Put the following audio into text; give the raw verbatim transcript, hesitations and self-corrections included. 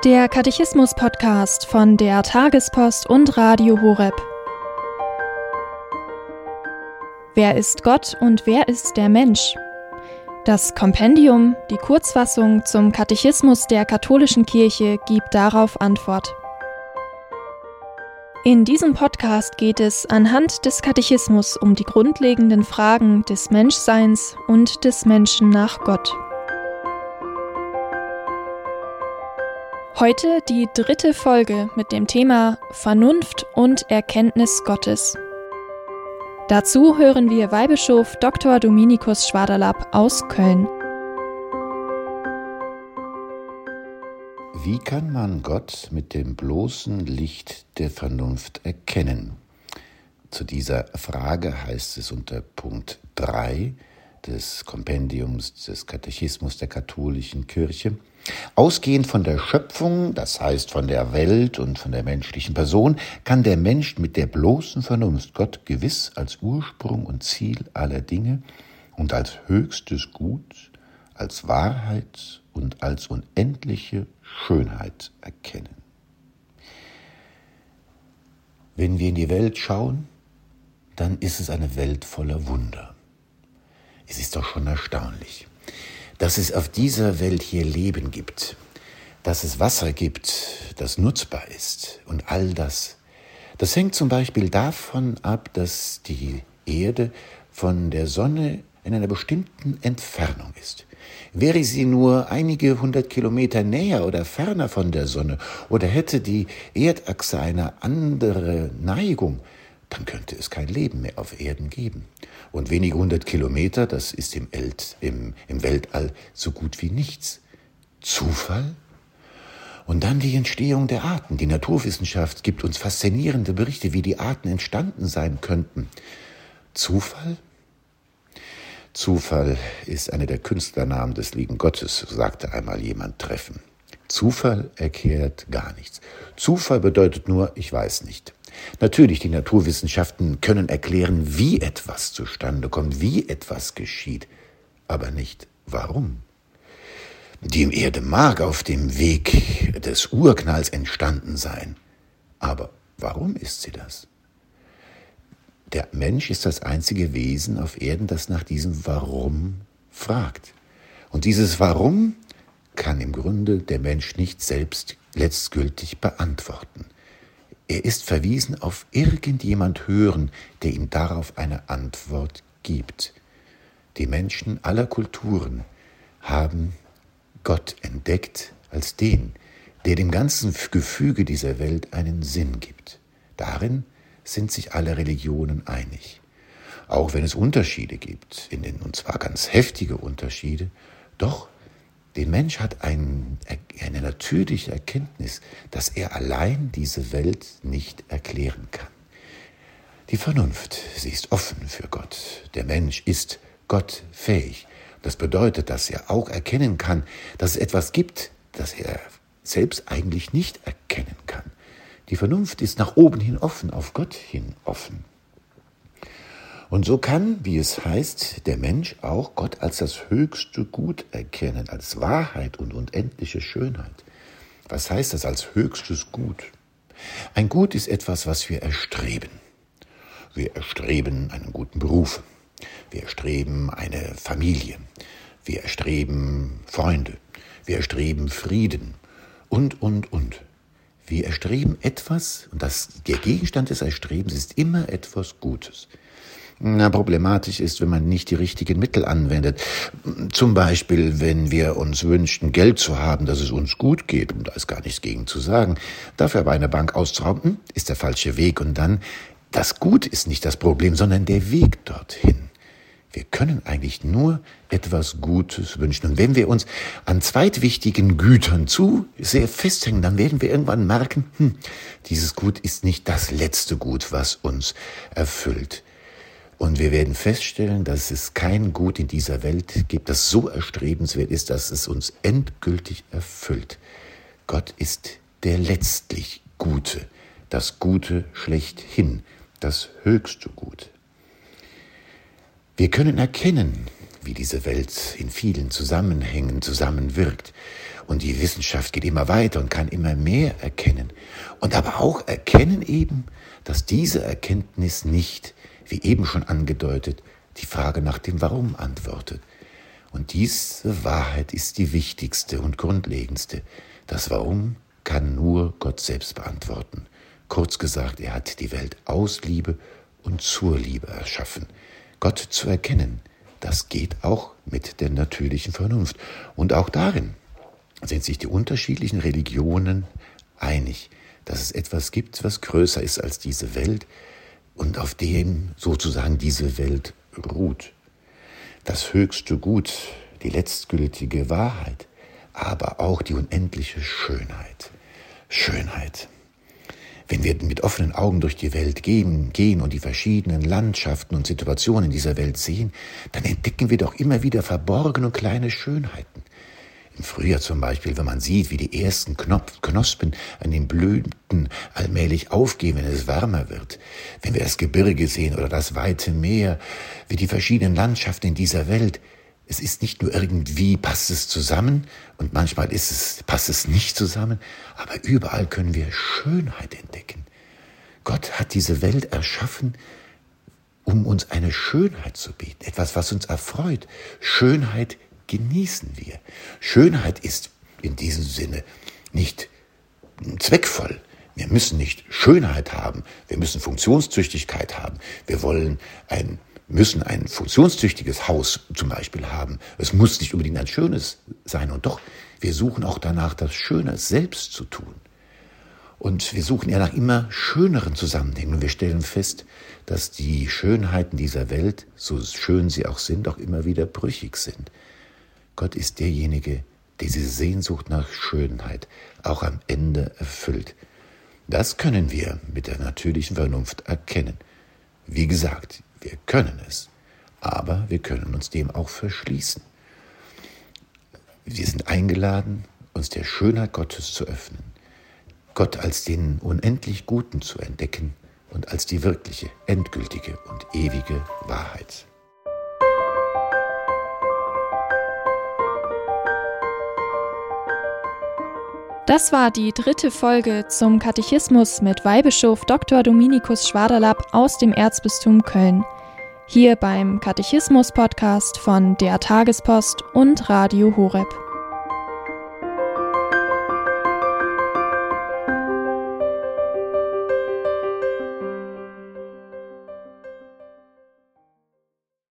Der Katechismus-Podcast von der Tagespost und Radio Horeb. Wer ist Gott und wer ist der Mensch? Das Kompendium, die Kurzfassung zum Katechismus der katholischen Kirche, gibt darauf Antwort. In diesem Podcast geht es anhand des Katechismus um die grundlegenden Fragen des Menschseins und des Menschen nach Gott. Heute die dritte Folge mit dem Thema Vernunft und Erkenntnis Gottes. Dazu hören wir Weihbischof Doktor Dominikus Schwaderlapp aus Köln. Wie kann man Gott mit dem bloßen Licht der Vernunft erkennen? Zu dieser Frage heißt es unter Punkt drei des Kompendiums des Katechismus der katholischen Kirche: Ausgehend von der Schöpfung, das heißt von der Welt und von der menschlichen Person, kann der Mensch mit der bloßen Vernunft Gott gewiss als Ursprung und Ziel aller Dinge und als höchstes Gut, als Wahrheit und als unendliche Schönheit erkennen. Wenn wir in die Welt schauen, dann ist es eine Welt voller Wunder. Es ist doch schon erstaunlich, dass es auf dieser Welt hier Leben gibt, dass es Wasser gibt, das nutzbar ist und all das. Das hängt zum Beispiel davon ab, dass die Erde von der Sonne in einer bestimmten Entfernung ist. Wäre sie nur einige hundert Kilometer näher oder ferner von der Sonne oder hätte die Erdachse eine andere Neigung, dann könnte es kein Leben mehr auf Erden geben. Und wenige hundert Kilometer, das ist im, Elt, im, im Weltall so gut wie nichts. Zufall? Und dann die Entstehung der Arten. Die Naturwissenschaft gibt uns faszinierende Berichte, wie die Arten entstanden sein könnten. Zufall? Zufall ist einer der Künstlernamen des lieben Gottes, sagte einmal jemand treffend. Zufall erklärt gar nichts. Zufall bedeutet nur, ich weiß nicht. Natürlich, die Naturwissenschaften können erklären, wie etwas zustande kommt, wie etwas geschieht, aber nicht warum. Die Erde mag auf dem Weg des Urknalls entstanden sein, aber warum ist sie das? Der Mensch ist das einzige Wesen auf Erden, das nach diesem Warum fragt. Und dieses Warum kann im Grunde der Mensch nicht selbst letztgültig beantworten. Er ist verwiesen auf irgendjemand Höheren, der ihm darauf eine Antwort gibt. Die Menschen aller Kulturen haben Gott entdeckt als den, der dem ganzen Gefüge dieser Welt einen Sinn gibt. Darin sind sich alle Religionen einig. Auch wenn es Unterschiede gibt, in den, und zwar ganz heftige Unterschiede, doch der Mensch hat ein, eine natürliche Erkenntnis, dass er allein diese Welt nicht erklären kann. Die Vernunft, sie ist offen für Gott. Der Mensch ist gottfähig. Das bedeutet, dass er auch erkennen kann, dass es etwas gibt, das er selbst eigentlich nicht erkennen kann. Die Vernunft ist nach oben hin offen, auf Gott hin offen. Und so kann, wie es heißt, der Mensch auch Gott als das höchste Gut erkennen, als Wahrheit und unendliche Schönheit. Was heißt das als höchstes Gut? Ein Gut ist etwas, was wir erstreben. Wir erstreben einen guten Beruf. Wir erstreben eine Familie. Wir erstreben Freunde. Wir erstreben Frieden. Und, und, und. Wir erstreben etwas, und das, der Gegenstand des Erstrebens ist immer etwas Gutes. Na, problematisch ist, wenn man nicht die richtigen Mittel anwendet. Zum Beispiel, wenn wir uns wünschen, Geld zu haben, dass es uns gut geht, und da ist gar nichts gegen zu sagen, dafür aber eine Bank auszurauben, ist der falsche Weg. Und dann, das Gut ist nicht das Problem, sondern der Weg dorthin. Wir können eigentlich nur etwas Gutes wünschen. Und wenn wir uns an zweitwichtigen Gütern zu sehr festhängen, dann werden wir irgendwann merken, hm, dieses Gut ist nicht das letzte Gut, was uns erfüllt. Und wir werden feststellen, dass es kein Gut in dieser Welt gibt, das so erstrebenswert ist, dass es uns endgültig erfüllt. Gott ist der letztlich Gute, das Gute schlechthin, das höchste Gut. Wir können erkennen, wie diese Welt in vielen Zusammenhängen zusammenwirkt. und die Wissenschaft geht immer weiter und kann immer mehr erkennen. Und aber auch erkennen eben, dass diese Erkenntnis nicht, wie eben schon angedeutet, die Frage nach dem Warum antwortet. Und diese Wahrheit ist die wichtigste und grundlegendste. Das Warum kann nur Gott selbst beantworten. Kurz gesagt, er hat die Welt aus Liebe und zur Liebe erschaffen. Gott zu erkennen, das geht auch mit der natürlichen Vernunft. Und auch darin sind sich die unterschiedlichen Religionen einig, dass es etwas gibt, was größer ist als diese Welt und auf dem sozusagen diese Welt ruht. Das höchste Gut, die letztgültige Wahrheit, aber auch die unendliche Schönheit. Schönheit. Wenn wir mit offenen Augen durch die Welt gehen, gehen und die verschiedenen Landschaften und Situationen dieser Welt sehen, dann entdecken wir doch immer wieder verborgene und kleine Schönheiten. Im Frühjahr zum Beispiel, wenn man sieht, wie die ersten Knospen an den Blüten allmählich aufgehen, wenn es wärmer wird. Wenn wir das Gebirge sehen oder das weite Meer, wie die verschiedenen Landschaften in dieser Welt. Es ist nicht nur irgendwie, passt es zusammen und manchmal ist es, passt es nicht zusammen, aber überall können wir Schönheit entdecken. Gott hat diese Welt erschaffen, um uns eine Schönheit zu bieten, etwas, was uns erfreut. Schönheit genießen wir. Schönheit ist in diesem Sinne nicht zweckvoll. Wir müssen nicht Schönheit haben, wir müssen Funktionstüchtigkeit haben. Wir wollen ein, müssen ein funktionstüchtiges Haus zum Beispiel haben. Es muss nicht unbedingt ein schönes sein. Und doch, wir suchen auch danach, das Schöne selbst zu tun. Und wir suchen ja nach immer schöneren Zusammenhängen. Und wir stellen fest, dass die Schönheiten dieser Welt, so schön sie auch sind, auch immer wieder brüchig sind. Gott ist derjenige, der diese Sehnsucht nach Schönheit auch am Ende erfüllt. Das können wir mit der natürlichen Vernunft erkennen. Wie gesagt, wir können es, aber wir können uns dem auch verschließen. Wir sind eingeladen, uns der Schönheit Gottes zu öffnen, Gott als den unendlich Guten zu entdecken und als die wirkliche, endgültige und ewige Wahrheit. Das war die dritte Folge zum Katechismus mit Weihbischof Doktor Dominikus Schwaderlapp aus dem Erzbistum Köln. Hier beim Katechismus-Podcast von der Tagespost und Radio Horeb.